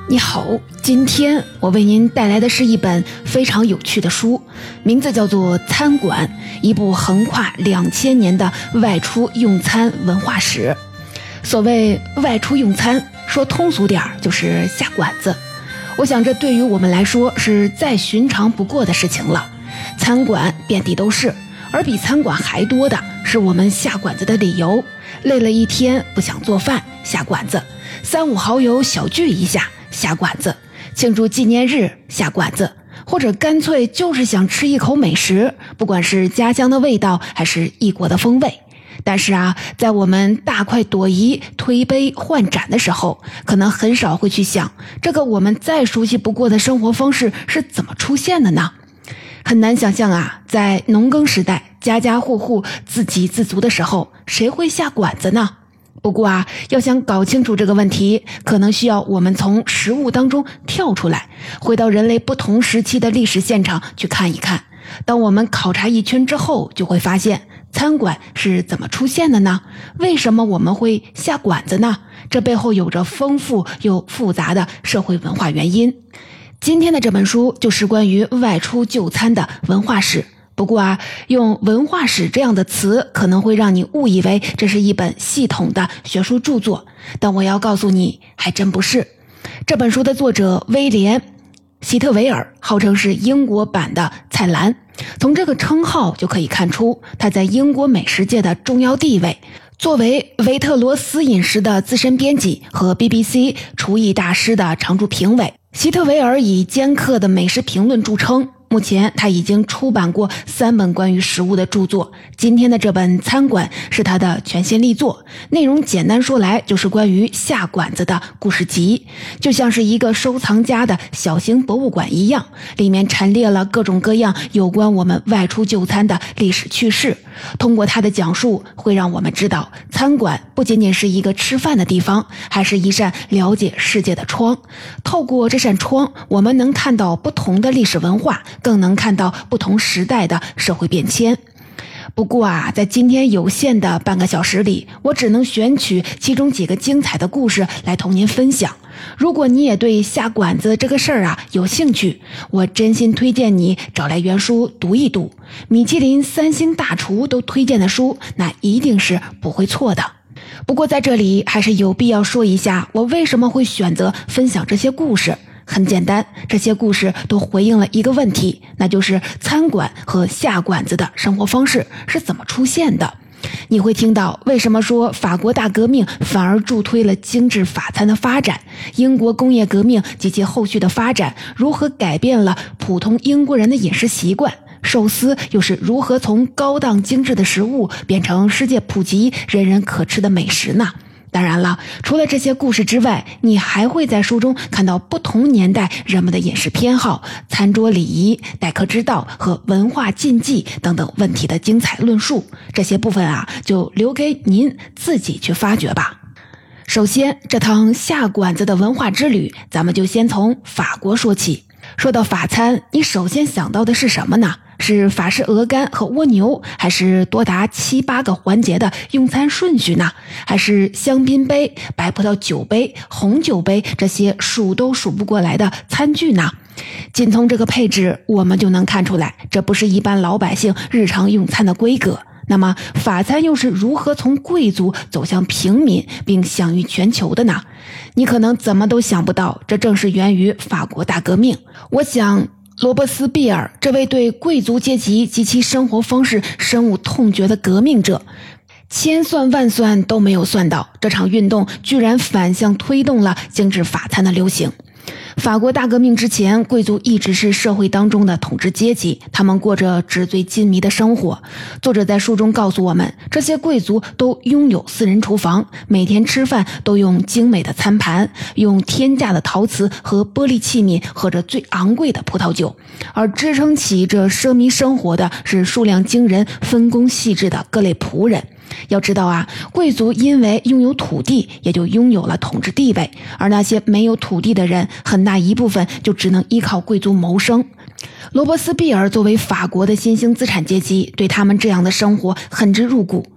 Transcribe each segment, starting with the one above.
你好，今天我为您带来的是一本非常有趣的书，名字叫做《餐馆》，一部横跨2000年的外出用餐文化史。所谓外出用餐，说通俗点就是下馆子。我想这对于我们来说是再寻常不过的事情了。餐馆遍地都是，而比餐馆还多的是我们下馆子的理由。累了一天不想做饭，下馆子；3、5好友小聚一下，下馆子；庆祝纪念日，下馆子；或者干脆就是想吃一口美食，不管是家乡的味道还是异国的风味。但是在我们大快朵颐、推杯换盏的时候，可能很少会去想，这个我们再熟悉不过的生活方式是怎么出现的呢？很难想象在农耕时代，家家户户自给自足的时候，谁会下馆子呢？不过要想搞清楚这个问题，可能需要我们从食物当中跳出来，回到人类不同时期的历史现场去看一看。当我们考察一圈之后，就会发现餐馆是怎么出现的呢？为什么我们会下馆子呢？这背后有着丰富又复杂的社会文化原因。今天的这本书就是关于外出就餐的文化史。不过用文化史这样的词可能会让你误以为这是一本系统的学术著作，但我要告诉你，还真不是。这本书的作者威廉·希特维尔号称是英国版的蔡澜，从这个称号就可以看出他在英国美食界的重要地位。作为维特罗斯饮食的资深编辑和 BBC 厨艺大师的常驻评委，希特维尔以尖刻的美食评论著称。目前他已经出版过3本关于食物的著作，今天的这本《餐馆》是他的全新力作，内容简单说来就是关于下馆子的故事集，就像是一个收藏家的小型博物馆一样，里面陈列了各种各样有关我们外出就餐的历史趣事。通过他的讲述，会让我们知道餐馆不仅仅是一个吃饭的地方，还是一扇了解世界的窗。透过这扇窗，我们能看到不同的历史文化，更能看到不同时代的社会变迁。不过在今天有限的半个小时里，我只能选取其中几个精彩的故事来同您分享。如果你也对下馆子这个事儿有兴趣，我真心推荐你找来原书读一读。米其林3星大厨都推荐的书，那一定是不会错的。不过在这里还是有必要说一下，我为什么会选择分享这些故事。很简单，这些故事都回应了一个问题，那就是餐馆和下馆子的生活方式是怎么出现的。你会听到为什么说法国大革命反而助推了精致法餐的发展，英国工业革命及其后续的发展如何改变了普通英国人的饮食习惯，寿司又是如何从高档精致的食物变成世界普及人人可吃的美食呢？当然了，除了这些故事之外，你还会在书中看到不同年代人们的饮食偏好、餐桌礼仪、待客之道和文化禁忌等等问题的精彩论述。这些部分就留给您自己去发掘吧。首先，这趟下馆子的文化之旅，咱们就先从法国说起。说到法餐，你首先想到的是什么呢？是法式鹅肝和蜗牛，还是多达7、8个环节的用餐顺序呢？还是香槟杯、白葡萄酒杯、红酒杯这些数都数不过来的餐具呢？仅从这个配置，我们就能看出来，这不是一般老百姓日常用餐的规格。那么法餐又是如何从贵族走向平民并享誉全球的呢？你可能怎么都想不到，这正是源于法国大革命。我想罗伯斯庇尔这位对贵族阶级及其生活方式深恶痛绝的革命者，千算万算都没有算到，这场运动居然反向推动了精致法餐的流行。法国大革命之前，贵族一直是社会当中的统治阶级，他们过着纸醉金迷的生活。作者在书中告诉我们，这些贵族都拥有私人厨房，每天吃饭都用精美的餐盘，用天价的陶瓷和玻璃器皿，喝着最昂贵的葡萄酒。而支撑起这奢靡生活的是数量惊人、分工细致的各类仆人。要知道贵族因为拥有土地，也就拥有了统治地位，而那些没有土地的人，很大一部分就只能依靠贵族谋生。罗伯斯庇尔作为法国的新兴资产阶级，对他们这样的生活恨之入骨。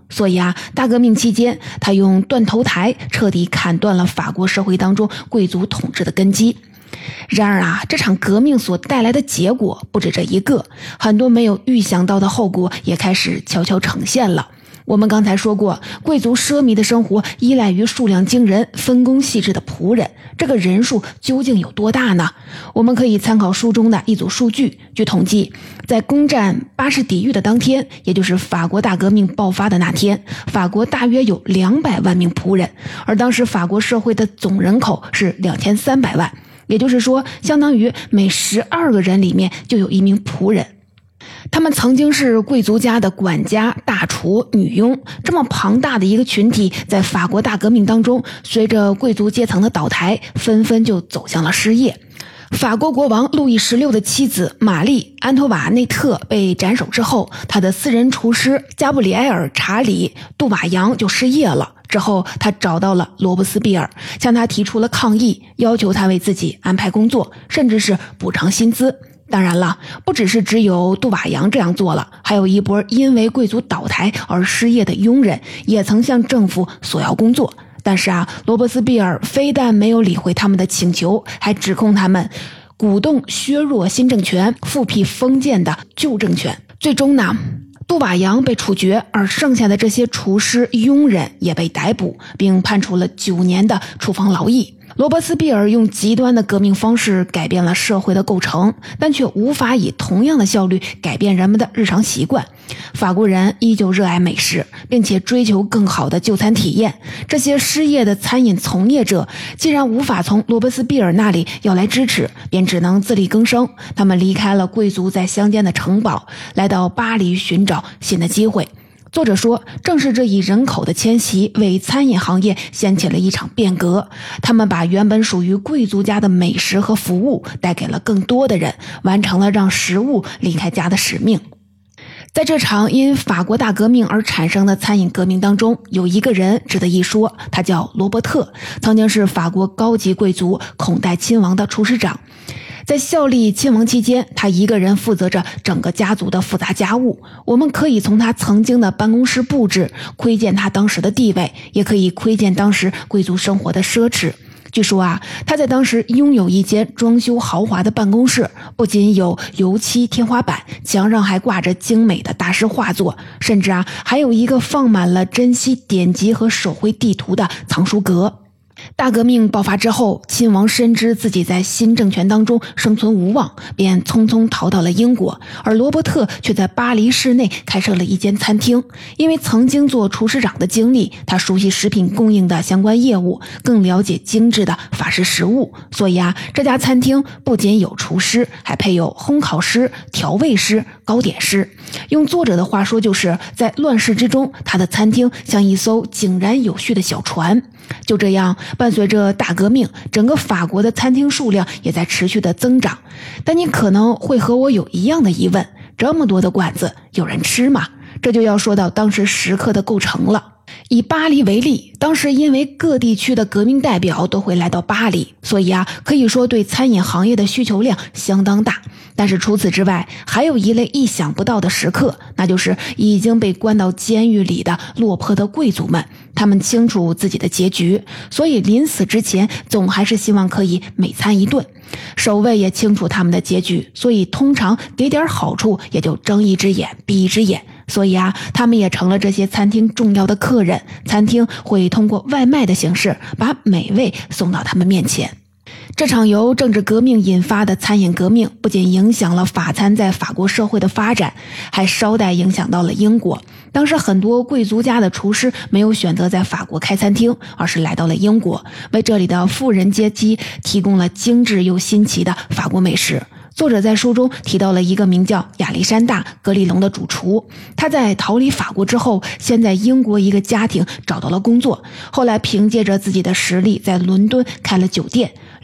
所以大革命期间，他用断头台彻底砍断了法国社会当中贵族统治的根基。然而这场革命所带来的结果不止这一个，很多没有预想到的后果也开始悄悄呈现了。我们刚才说过，贵族奢靡的生活依赖于数量惊人、分工细致的仆人，这个人数究竟有多大呢？我们可以参考书中的一组数据。据统计，在攻占巴士底狱的当天，也就是法国大革命爆发的那天，法国大约有200万名仆人，而当时法国社会的总人口是2300万，也就是说，相当于每12个人里面就有一名仆人。他们曾经是贵族家的管家、大厨、女佣，这么庞大的一个群体，在法国大革命当中，随着贵族阶层的倒台，纷纷就走向了失业。法国国王路易16的妻子玛丽·安托瓦内特被斩首之后，他的私人厨师加布里埃尔·查理·杜瓦扬就失业了。之后他找到了罗伯斯庇尔，向他提出了抗议，要求他为自己安排工作，甚至是补偿薪资。当然了，不只有杜瓦扬这样做了，还有一波因为贵族倒台而失业的佣人也曾向政府索要工作。但是罗伯斯庇尔非但没有理会他们的请求，还指控他们鼓动削弱新政权、复辟封建的旧政权。最终呢，杜瓦扬被处决，而剩下的这些厨师、佣人也被逮捕，并判处了9年的处方劳役。罗伯斯庇尔用极端的革命方式改变了社会的构成，但却无法以同样的效率改变人们的日常习惯。法国人依旧热爱美食，并且追求更好的就餐体验。这些失业的餐饮从业者既然无法从罗伯斯庇尔那里要来支持，便只能自力更生。他们离开了贵族在乡间的城堡，来到巴黎寻找新的机会。作者说，正是这一人口的迁徙为餐饮行业掀起了一场变革，他们把原本属于贵族家的美食和服务带给了更多的人，完成了让食物离开家的使命。在这场因法国大革命而产生的餐饮革命当中，有一个人值得一说，他叫罗伯特，曾经是法国高级贵族孔代亲王的厨师长。在效力亲王期间，他一个人负责着整个家族的复杂家务。我们可以从他曾经的办公室布置窥见他当时的地位，也可以窥见当时贵族生活的奢侈。据说他在当时拥有一间装修豪华的办公室，不仅有油漆天花板，墙上还挂着精美的大师画作，甚至还有一个放满了珍稀典籍和手绘地图的藏书阁。大革命爆发之后，亲王深知自己在新政权当中生存无望，便匆匆逃到了英国，而罗伯特却在巴黎市内开设了一间餐厅。因为曾经做厨师长的经历，他熟悉食品供应的相关业务，更了解精致的法式食物，所以这家餐厅不仅有厨师，还配有烘烤师、调味师、糕点师。用作者的话说，就是在乱世之中，他的餐厅像一艘井然有序的小船。就这样，伴随着大革命，整个法国的餐厅数量也在持续的增长。但你可能会和我有一样的疑问，这么多的馆子，有人吃吗？这就要说到当时食客的构成了。以巴黎为例，当时因为各地区的革命代表都会来到巴黎，所以可以说对餐饮行业的需求量相当大。但是除此之外，还有一类意想不到的食客，那就是已经被关到监狱里的落魄的贵族们。他们清楚自己的结局，所以临死之前总还是希望可以美餐一顿。守卫也清楚他们的结局，所以通常给点好处也就睁一只眼闭一只眼。所以他们也成了这些餐厅重要的客人，餐厅会通过外卖的形式把美味送到他们面前。这场由政治革命引发的餐饮革命不仅影响了法餐在法国社会的发展，还捎带影响到了英国。当时很多贵族家的厨师没有选择在法国开餐厅，而是来到了英国，为这里的富人阶级提供了精致又新奇的法国美食。作者在书中提到了一个名叫亚历山大·格里隆的主厨，他在逃离法国之后，先在英国一个家庭找到了工作，后来凭借着自己的实力在伦敦开了酒店。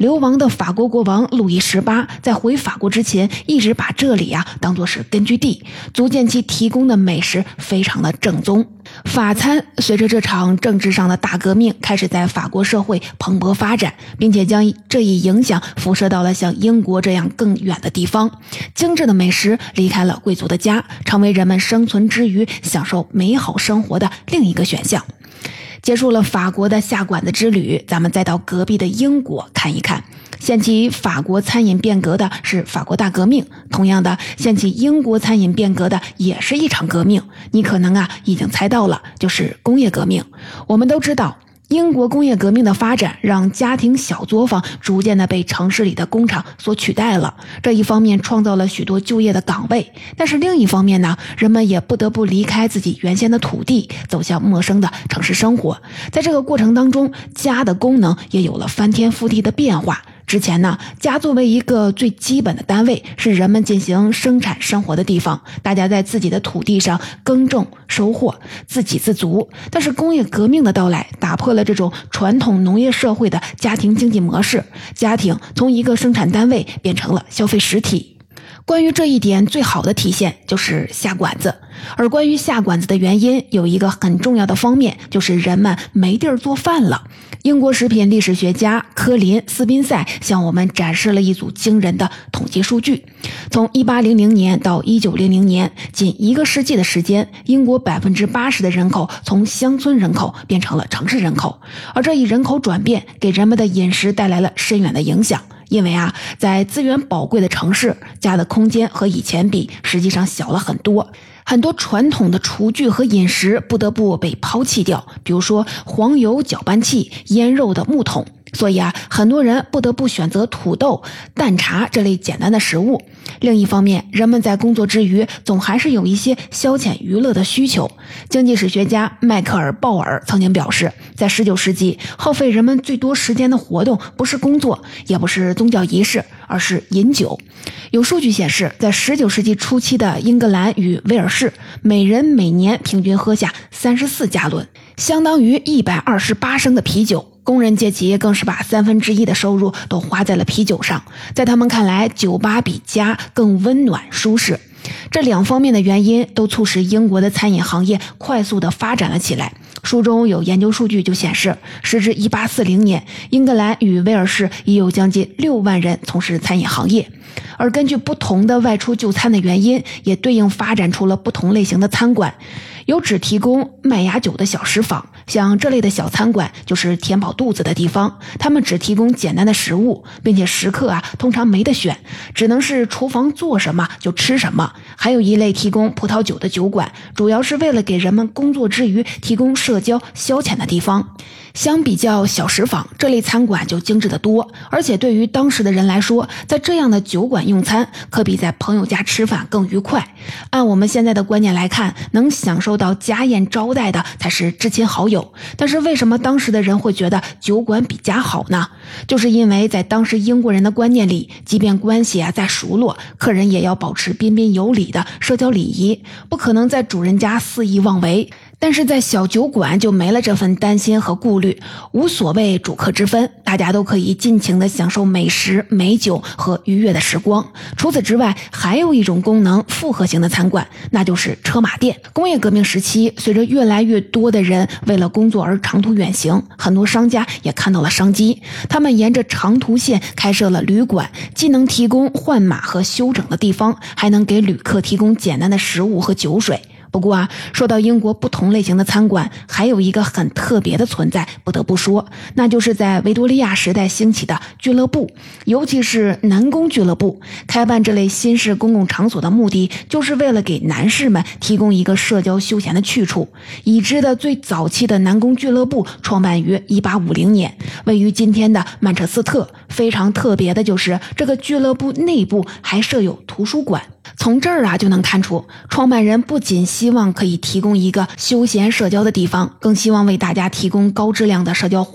流亡的法国国王路易18在回法国之前，一直把这里当作是根据地，足见其提供的美食非常的正宗。法餐随着这场政治上的大革命开始在法国社会蓬勃发展，并且将这一影响辐射到了像英国这样更远的地方。精致的美食离开了贵族的家，成为人们生存之余享受美好生活的另一个选项。结束了法国的下馆子之旅，咱们再到隔壁的英国看一看。掀起法国餐饮变革的是法国大革命，同样的，掀起英国餐饮变革的也是一场革命。你可能已经猜到了，就是工业革命。我们都知道，英国工业革命的发展让家庭小作坊逐渐的被城市里的工厂所取代了。这一方面创造了许多就业的岗位，但是另一方面呢，人们也不得不离开自己原先的土地，走向陌生的城市生活。在这个过程当中，家的功能也有了翻天覆地的变化。之前呢，家作为一个最基本的单位，是人们进行生产生活的地方，大家在自己的土地上耕种收获，自给自足。但是工业革命的到来打破了这种传统农业社会的家庭经济模式，家庭从一个生产单位变成了消费实体。关于这一点最好的体现就是下馆子，而关于下馆子的原因有一个很重要的方面，就是人们没地儿做饭了。英国食品历史学家科林斯宾塞向我们展示了一组惊人的统计数据。从1800年到1900年，仅1个世纪的时间，英国80%的人口从乡村人口变成了城市人口，而这一人口转变给人们的饮食带来了深远的影响。因为在资源宝贵的城市，家的空间和以前比实际上小了很多，很多传统的厨具和饮食不得不被抛弃掉，比如说黄油搅拌器、腌肉的木桶。所以很多人不得不选择土豆、蛋茶这类简单的食物。另一方面，人们在工作之余总还是有一些消遣娱乐的需求。经济史学家迈克尔·鲍尔曾经表示，在19世纪，耗费人们最多时间的活动不是工作，也不是宗教仪式，而是饮酒。有数据显示，在19世纪初期的英格兰与威尔士，每人每年平均喝下34加仑，相当于128升的啤酒。工人阶级更是把1/3的收入都花在了啤酒上，在他们看来，酒吧比家更温暖舒适。这两方面的原因都促使英国的餐饮行业快速地发展了起来。书中有研究数据就显示，时至1840年，英格兰与威尔士已有将近6万人从事餐饮行业。而根据不同的外出就餐的原因，也对应发展出了不同类型的餐馆。有只提供麦芽酒的小食坊，像这类的小餐馆就是填饱肚子的地方，他们只提供简单的食物，并且食客通常没得选，只能是厨房做什么就吃什么。还有一类提供葡萄酒的酒馆，主要是为了给人们工作之余提供社交消遣的地方。相比较小食坊，这类餐馆就精致得多，而且对于当时的人来说，在这样的酒馆用餐可比在朋友家吃饭更愉快。按我们现在的观念来看，能享受到家宴招待的才是至亲好友，但是为什么当时的人会觉得酒馆比家好呢？就是因为在当时英国人的观念里，即便关系再熟络，客人也要保持彬彬有礼的社交礼仪，不可能在主人家肆意妄为。但是在小酒馆就没了这份担心和顾虑，无所谓主客之分，大家都可以尽情地享受美食、美酒和愉悦的时光。除此之外，还有一种功能复合型的餐馆，那就是车马店。工业革命时期，随着越来越多的人为了工作而长途远行，很多商家也看到了商机，他们沿着长途线开设了旅馆，既能提供换马和休整的地方，还能给旅客提供简单的食物和酒水。不过说到英国不同类型的餐馆，还有一个很特别的存在，不得不说，那就是在维多利亚时代兴起的俱乐部，尤其是男工俱乐部。开办这类新式公共场所的目的，就是为了给男士们提供一个社交休闲的去处。已知的最早期的男工俱乐部创办于1850年，位于今天的曼彻斯特。非常特别的就是这个俱乐部内部还设有图书馆。从这儿就能看出，创办人不仅希望可以提供一个休闲社交的地方，更希望为大家提供高质量的社交活动。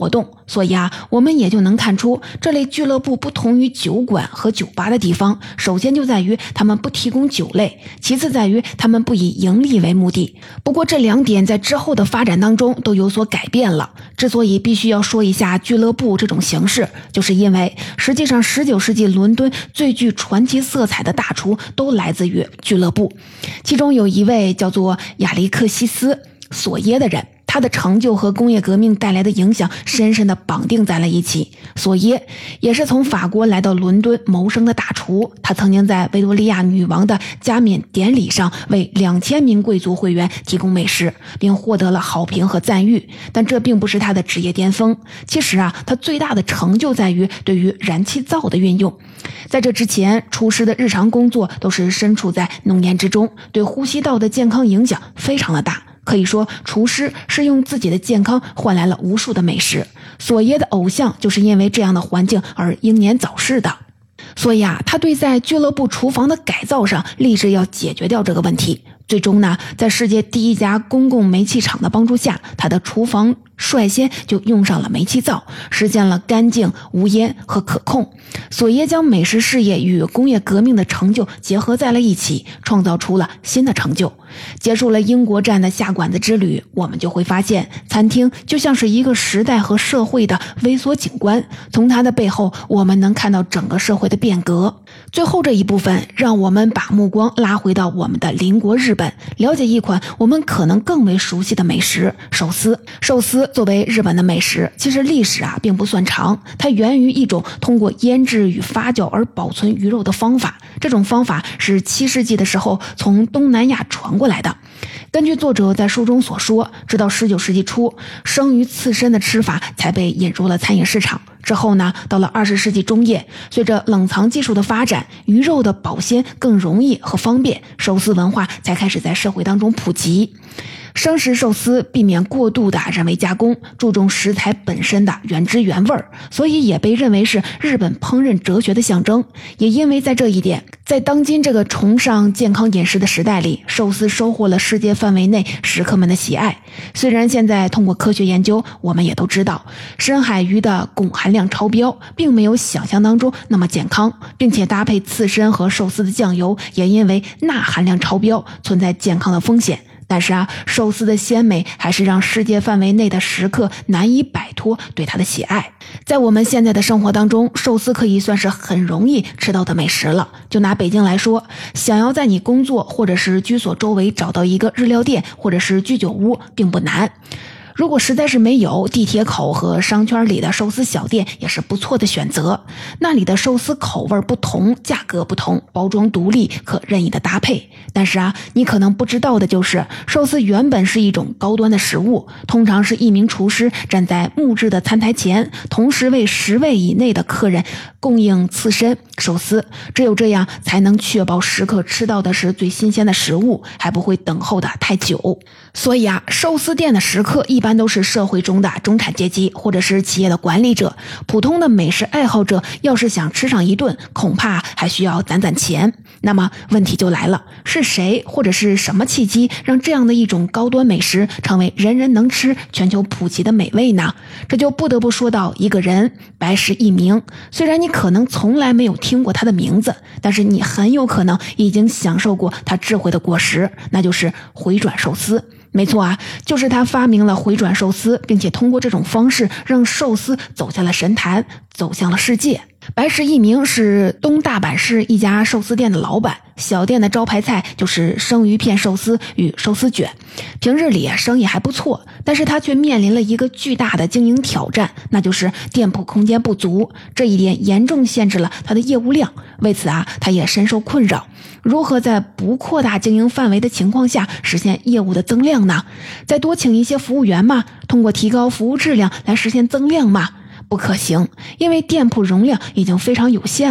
所以我们也就能看出这类俱乐部不同于酒馆和酒吧的地方，首先就在于他们不提供酒类，其次在于他们不以盈利为目的。不过这2点在之后的发展当中都有所改变了。之所以必须要说一下俱乐部这种形式，就是因为实际上19世纪伦敦最具传奇色彩的大厨都来自于俱乐部，其中有一位叫做亚历克西斯·索耶的人，他的成就和工业革命带来的影响深深地绑定在了一起。索耶也是从法国来到伦敦谋生的大厨，他曾经在维多利亚女王的加冕典礼上为2000名贵族会员提供美食，并获得了好评和赞誉。但这并不是他的职业巅峰。其实他最大的成就在于对于燃气灶的运用。在这之前，厨师的日常工作都是身处在浓烟之中，对呼吸道的健康影响非常的大。可以说，厨师是用自己的健康换来了无数的美食。索耶的偶像就是因为这样的环境而英年早逝的。所以他对在俱乐部厨房的改造上立志要解决掉这个问题。最终呢，在世界第1家公共煤气厂的帮助下，他的厨房率先就用上了煤气灶，实现了干净、无烟和可控。索耶将美食事业与工业革命的成就结合在了一起，创造出了新的成就。结束了英国站的下馆子之旅，我们就会发现，餐厅就像是一个时代和社会的微缩景观，从它的背后，我们能看到整个社会的变革。最后这一部分，让我们把目光拉回到我们的邻国日本，了解一款我们可能更为熟悉的美食——寿司。寿司作为日本的美食，其实历史并不算长，它源于一种通过腌制与发酵而保存鱼肉的方法。这种方法是7世纪的时候从东南亚传过来的。根据作者在书中所说，直到19世纪初，生鱼刺身的吃法才被引入了餐饮市场。之后呢，到了20世纪中叶，随着冷藏技术的发展，鱼肉的保鲜更容易和方便，寿司文化才开始在社会当中普及。生食寿司避免过度的人为加工，注重食材本身的原汁原味，所以也被认为是日本烹饪哲学的象征。也因为在这一点，在当今这个崇尚健康饮食的时代里，寿司收获了世界范围内食客们的喜爱。虽然现在通过科学研究，我们也都知道深海鱼的汞含量超标，并没有想象当中那么健康，并且搭配刺身和寿司的酱油也因为钠含量超标存在健康的风险。但是寿司的鲜美还是让世界范围内的食客难以摆脱对它的喜爱。在我们现在的生活当中，寿司可以算是很容易吃到的美食了。就拿北京来说，想要在你工作或者是居所周围找到一个日料店或者是居酒屋并不难。如果实在是没有，地铁口和商圈里的寿司小店也是不错的选择。那里的寿司口味不同，价格不同，包装独立，可任意的搭配。但是你可能不知道的就是，寿司原本是一种高端的食物，通常是一名厨师站在木质的餐台前，同时为10位以内的客人供应刺身、寿司。只有这样才能确保食客吃到的是最新鲜的食物，还不会等候的太久。所以寿司店的食客一般都是社会中的中产阶级或者是企业的管理者。普通的美食爱好者要是想吃上一顿，恐怕还需要攒钱。那么问题就来了，是谁或者是什么契机让这样的一种高端美食成为人人能吃、全球普及的美味呢？这就不得不说到一个人，白石一鸣。虽然你可能从来没有听过他的名字，但是你很有可能已经享受过他智慧的果实，那就是回转寿司。没错就是他发明了回转寿司，并且通过这种方式让寿司走下了神坛，走向了世界。白石一鸣是东大阪市一家寿司店的老板，小店的招牌菜就是生鱼片寿司与寿司卷。平日里生意还不错，但是他却面临了一个巨大的经营挑战，那就是店铺空间不足，这一点严重限制了他的业务量。为此他也深受困扰。如何在不扩大经营范围的情况下实现业务的增量呢？再多请一些服务员吗？通过提高服务质量来实现增量吗？不可行，因为店铺容量已经非常有限了，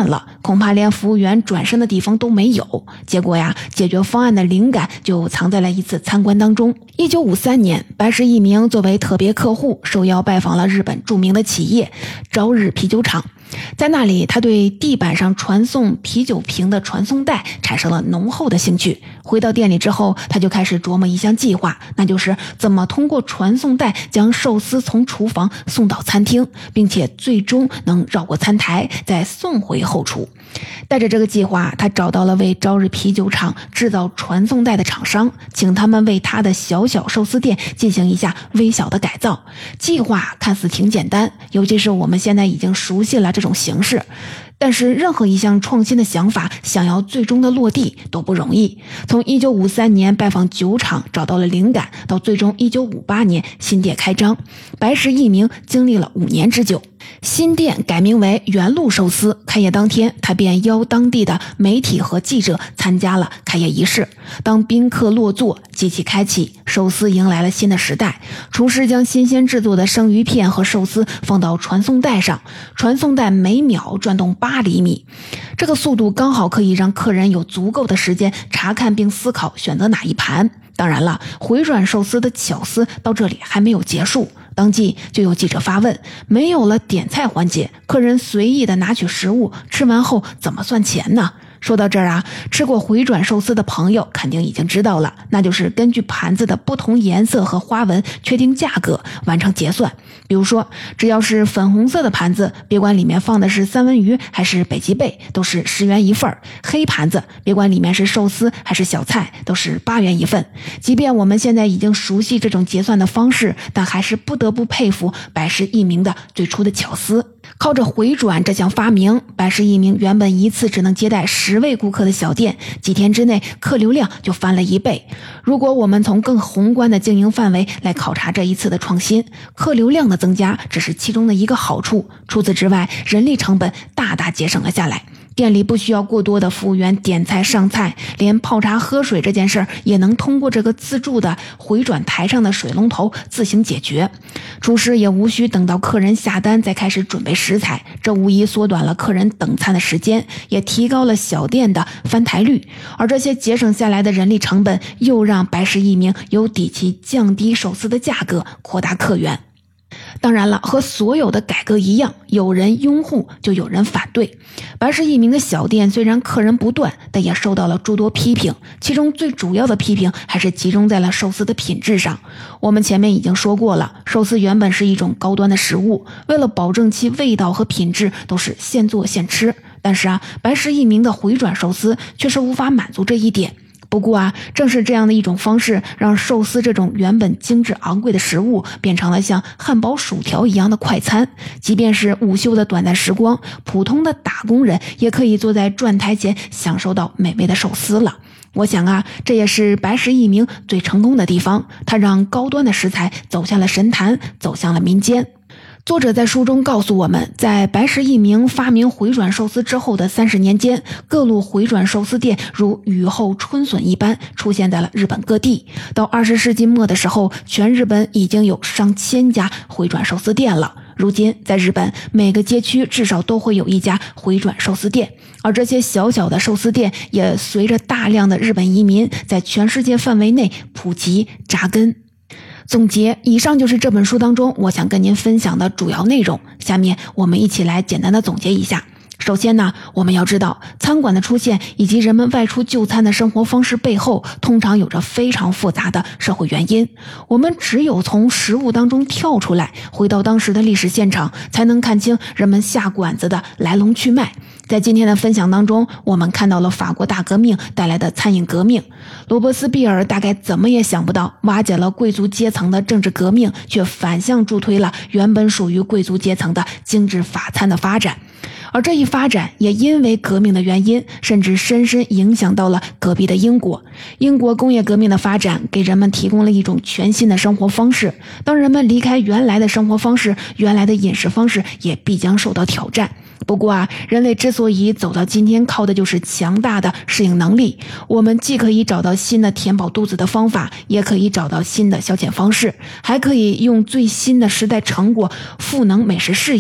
恐怕连服务员转身的地方都没有。结果呀，解决方案的灵感就藏在了一次参观当中。1953年，白石一鸣作为特别客户，受邀拜访了日本著名的企业朝日啤酒厂。在那里，他对地板上传送啤酒瓶的传送带产生了浓厚的兴趣。回到店里之后，他就开始琢磨一项计划，那就是怎么通过传送带将寿司从厨房送到餐厅，并且最终能绕过餐台再送回后厨。带着这个计划，他找到了为朝日啤酒厂制造传送带的厂商，请他们为他的小小寿司店进行一下微小的改造。计划看似挺简单，尤其是我们现在已经熟悉了这种形式，但是任何一项创新的想法想要最终的落地都不容易。从1953年拜访酒厂找到了灵感，到最终1958年新店开张，白石一鸣经历了5年之久。新店改名为原路寿司，开业当天，他便邀当地的媒体和记者参加了开业仪式。当宾客落座，机器开启，寿司迎来了新的时代。厨师将新鲜制作的生鱼片和寿司放到传送带上，传送带每秒转动8厘米，这个速度刚好可以让客人有足够的时间查看并思考选择哪一盘。当然了，回转寿司的巧思到这里还没有结束。当即就有记者发问，没有了点菜环节，客人随意的拿取食物，吃完后怎么算钱呢？说到这儿啊，吃过回转寿司的朋友肯定已经知道了，那就是根据盘子的不同颜色和花纹确定价格，完成结算。比如说，只要是粉红色的盘子，别管里面放的是三文鱼还是北极贝，都是10元一份；黑盘子，别管里面是寿司还是小菜，都是8元一份。即便我们现在已经熟悉这种结算的方式，但还是不得不佩服白石一鸣的最初的巧思。靠着回转这项发明，白石一鸣原本一次只能接待10位顾客的小店，几天之内客流量就翻了1倍。如果我们从更宏观的经营范围来考察这一次的创新，客流量的增加只是其中的一个好处，除此之外，人力成本大大节省了下来。店里不需要过多的服务员点菜上菜，连泡茶喝水这件事儿也能通过这个自助的回转台上的水龙头自行解决。厨师也无需等到客人下单再开始准备食材，这无疑缩短了客人等餐的时间，也提高了小店的翻台率。而这些节省下来的人力成本，又让白石一鸣有底气降低寿司的价格，扩大客源。当然了，和所有的改革一样，有人拥护就有人反对。白石一鸣的小店虽然客人不断，但也受到了诸多批评，其中最主要的批评还是集中在了寿司的品质上。我们前面已经说过了，寿司原本是一种高端的食物，为了保证其味道和品质，都是现做现吃。但是白石一鸣的回转寿司却是无法满足这一点。不过正是这样的一种方式，让寿司这种原本精致昂贵的食物变成了像汉堡薯条一样的快餐。即便是午休的短暂时光，普通的打工人也可以坐在转台前享受到美味的寿司了。我想这也是白石一鸣最成功的地方，他让高端的食材走向了神坛，走向了民间。作者在书中告诉我们，在白石一鸣发明回转寿司之后的30年间，各路回转寿司店如雨后春笋一般出现在了日本各地。到20世纪末的时候，全日本已经有上千家回转寿司店了。如今在日本，每个街区至少都会有一家回转寿司店，而这些小小的寿司店也随着大量的日本移民在全世界范围内普及扎根。总结，以上就是这本书当中我想跟您分享的主要内容。下面我们一起来简单的总结一下。首先呢，我们要知道餐馆的出现以及人们外出就餐的生活方式背后，通常有着非常复杂的社会原因。我们只有从食物当中跳出来，回到当时的历史现场，才能看清人们下馆子的来龙去脉。在今天的分享当中，我们看到了法国大革命带来的餐饮革命。罗伯斯庇尔大概怎么也想不到，瓦解了贵族阶层的政治革命，却反向助推了原本属于贵族阶层的精致法餐的发展。而这一发展也因为革命的原因，甚至深深影响到了隔壁的英国。英国工业革命的发展给人们提供了一种全新的生活方式，当人们离开原来的生活方式，原来的饮食方式也必将受到挑战。不过人类之所以走到今天，靠的就是强大的适应能力。我们既可以找到新的填饱肚子的方法，也可以找到新的消遣方式，还可以用最新的时代成果赋能美食事业。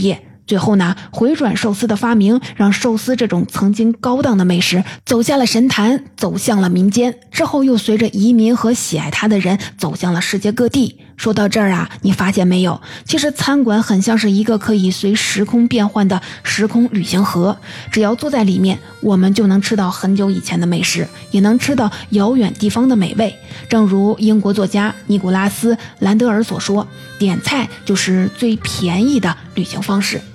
最后呢，回转寿司的发明让寿司这种曾经高档的美食走下了神坛，走向了民间，之后又随着移民和喜爱它的人走向了世界各地。说到这儿啊，你发现没有，其实餐馆很像是一个可以随时空变换的时空旅行盒，只要坐在里面，我们就能吃到很久以前的美食，也能吃到遥远地方的美味。正如英国作家尼古拉斯·兰德尔所说，点菜就是最便宜的旅行方式。